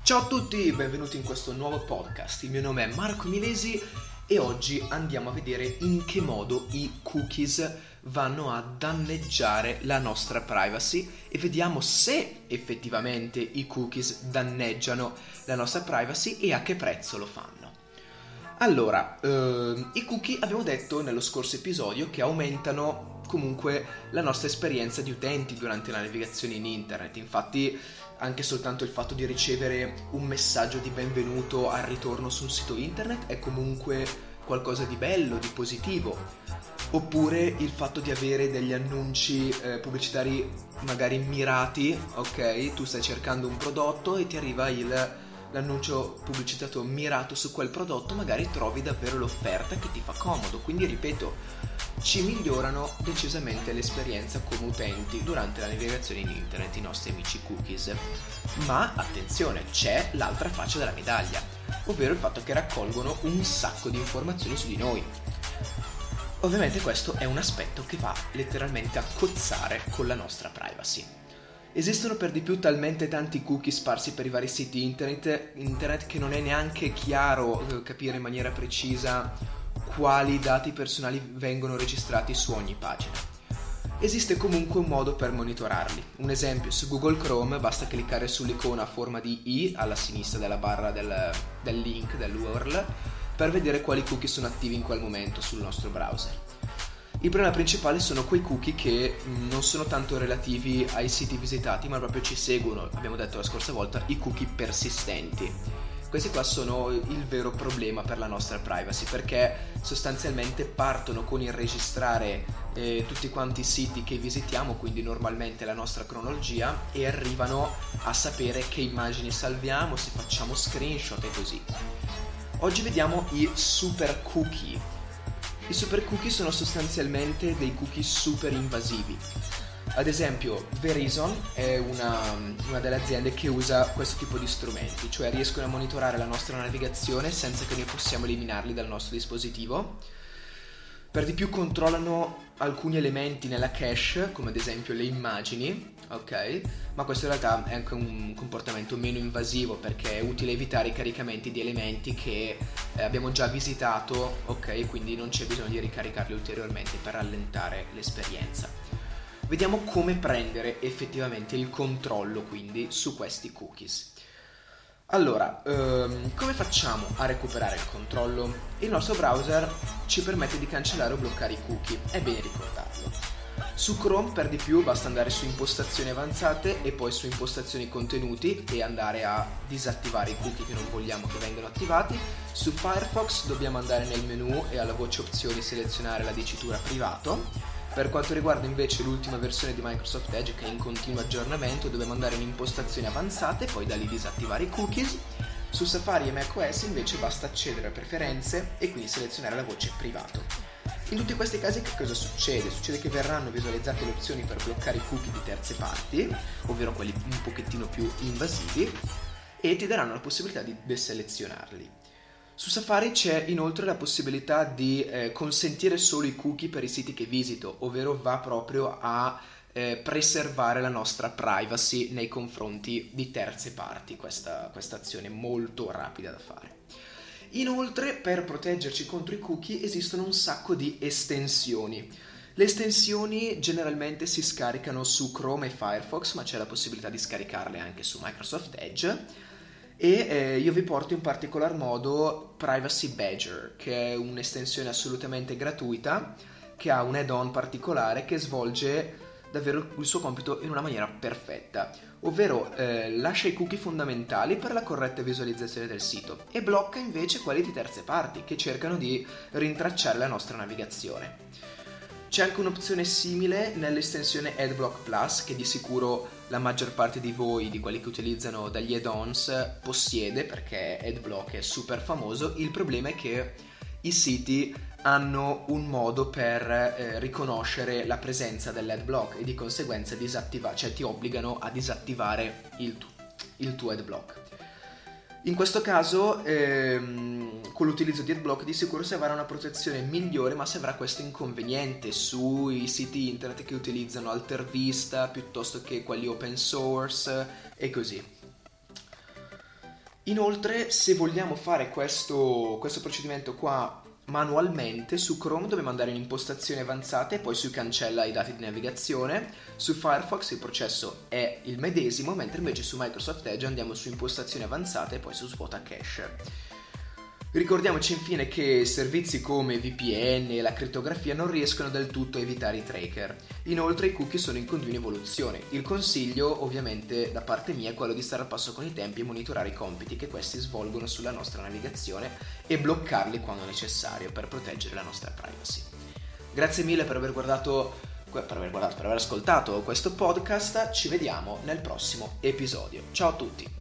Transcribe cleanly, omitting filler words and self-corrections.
Ciao a tutti, benvenuti in questo nuovo podcast. Il mio nome è Marco Milesi e oggi andiamo a vedere in che modo i cookies vanno a danneggiare la nostra privacy e vediamo se effettivamente i cookies danneggiano la nostra privacy e a che prezzo lo fanno. Allora, i cookie abbiamo detto nello scorso episodio che aumentano comunque la nostra esperienza di utenti durante la navigazione in internet. Infatti anche soltanto il fatto di ricevere un messaggio di benvenuto al ritorno su un sito internet è comunque qualcosa di bello, di positivo. Oppure il fatto di avere degli annunci pubblicitari magari mirati, ok? Tu stai cercando un prodotto e ti arriva l'annuncio pubblicitato mirato su quel prodotto, magari trovi davvero l'offerta che ti fa comodo. Quindi ripeto, ci migliorano decisamente l'esperienza come utenti durante la navigazione in internet, i nostri amici cookies. Ma attenzione, c'è l'altra faccia della medaglia, ovvero il fatto che raccolgono un sacco di informazioni su di noi. Ovviamente questo è un aspetto che va letteralmente a cozzare con la nostra privacy. Esistono per di più talmente tanti cookie sparsi per i vari siti internet che non è neanche chiaro capire in maniera precisa quali dati personali vengono registrati su ogni pagina. Esiste comunque un modo per monitorarli. Un esempio, su Google Chrome basta cliccare sull'icona a forma di I alla sinistra della barra del link, dell'URL, per vedere quali cookie sono attivi in quel momento sul nostro browser. Il problema principale sono quei cookie che non sono tanto relativi ai siti visitati, ma proprio ci seguono, abbiamo detto la scorsa volta, i cookie persistenti. Questi qua sono il vero problema per la nostra privacy, perché sostanzialmente partono con il registrare tutti quanti i siti che visitiamo, quindi normalmente la nostra cronologia, e arrivano a sapere che immagini salviamo, se facciamo screenshot e così. Oggi vediamo i super cookie. I super cookie sono sostanzialmente dei cookie super invasivi. Ad esempio, Verizon è una delle aziende che usa questo tipo di strumenti, cioè riescono a monitorare la nostra navigazione senza che noi possiamo eliminarli dal nostro dispositivo. Per di più controllano alcuni elementi nella cache, come ad esempio le immagini, ok? Ma questo in realtà è anche un comportamento meno invasivo, perché è utile evitare i caricamenti di elementi che abbiamo già visitato, ok? Quindi non c'è bisogno di ricaricarli ulteriormente per rallentare l'esperienza. Vediamo come prendere effettivamente il controllo quindi su questi cookies. Allora, come facciamo a recuperare il controllo? Il nostro browser ci permette di cancellare o bloccare i cookie, è bene ricordarlo. Su Chrome per di più basta andare su impostazioni avanzate e poi su impostazioni contenuti e andare a disattivare i cookie che non vogliamo che vengano attivati. Su Firefox dobbiamo andare nel menu e alla voce opzioni selezionare la dicitura privato. Per quanto riguarda invece l'ultima versione di Microsoft Edge, che è in continuo aggiornamento, dobbiamo andare in impostazioni avanzate e poi da lì disattivare i cookies. Su Safari e macOS invece basta accedere a preferenze e quindi selezionare la voce privato. In tutti questi casi che cosa succede? Succede che verranno visualizzate le opzioni per bloccare i cookie di terze parti, ovvero quelli un pochettino più invasivi, e ti daranno la possibilità di deselezionarli. Su Safari c'è inoltre la possibilità di consentire solo i cookie per i siti che visito, ovvero va proprio a preservare la nostra privacy nei confronti di terze parti, questa azione molto rapida da fare. Inoltre, per proteggerci contro i cookie esistono un sacco di estensioni. Le estensioni generalmente si scaricano su Chrome e Firefox, ma c'è la possibilità di scaricarle anche su Microsoft Edge. E io vi porto in particolar modo Privacy Badger, che è un'estensione assolutamente gratuita, che ha un add-on particolare che svolge davvero il suo compito in una maniera perfetta, ovvero lascia i cookie fondamentali per la corretta visualizzazione del sito e blocca invece quelli di terze parti che cercano di rintracciare la nostra navigazione. C'è anche un'opzione simile nell'estensione AdBlock Plus, che di sicuro la maggior parte di voi, di quelli che utilizzano dagli add-ons, possiede, perché AdBlock è super famoso. Il problema è che i siti hanno un modo per riconoscere la presenza dell'AdBlock e di conseguenza ti obbligano a disattivare il tuo AdBlock. In questo caso con l'utilizzo di AdBlock di sicuro si avrà una protezione migliore, ma si avrà questo inconveniente sui siti internet che utilizzano Altervista piuttosto che quelli open source e così. Inoltre, se vogliamo fare questo procedimento qua manualmente, su Chrome dobbiamo andare in impostazioni avanzate e poi su cancella i dati di navigazione. Su Firefox il processo è il medesimo, mentre invece su Microsoft Edge andiamo su impostazioni avanzate e poi su svuota cache. Ricordiamoci infine che servizi come VPN e la crittografia non riescono del tutto a evitare i tracker. Inoltre i cookie sono in continua evoluzione. Il consiglio, ovviamente, da parte mia è quello di stare al passo con i tempi e monitorare i compiti che questi svolgono sulla nostra navigazione e bloccarli quando necessario per proteggere la nostra privacy. Grazie mille per aver ascoltato questo podcast. Ci vediamo nel prossimo episodio. Ciao a tutti!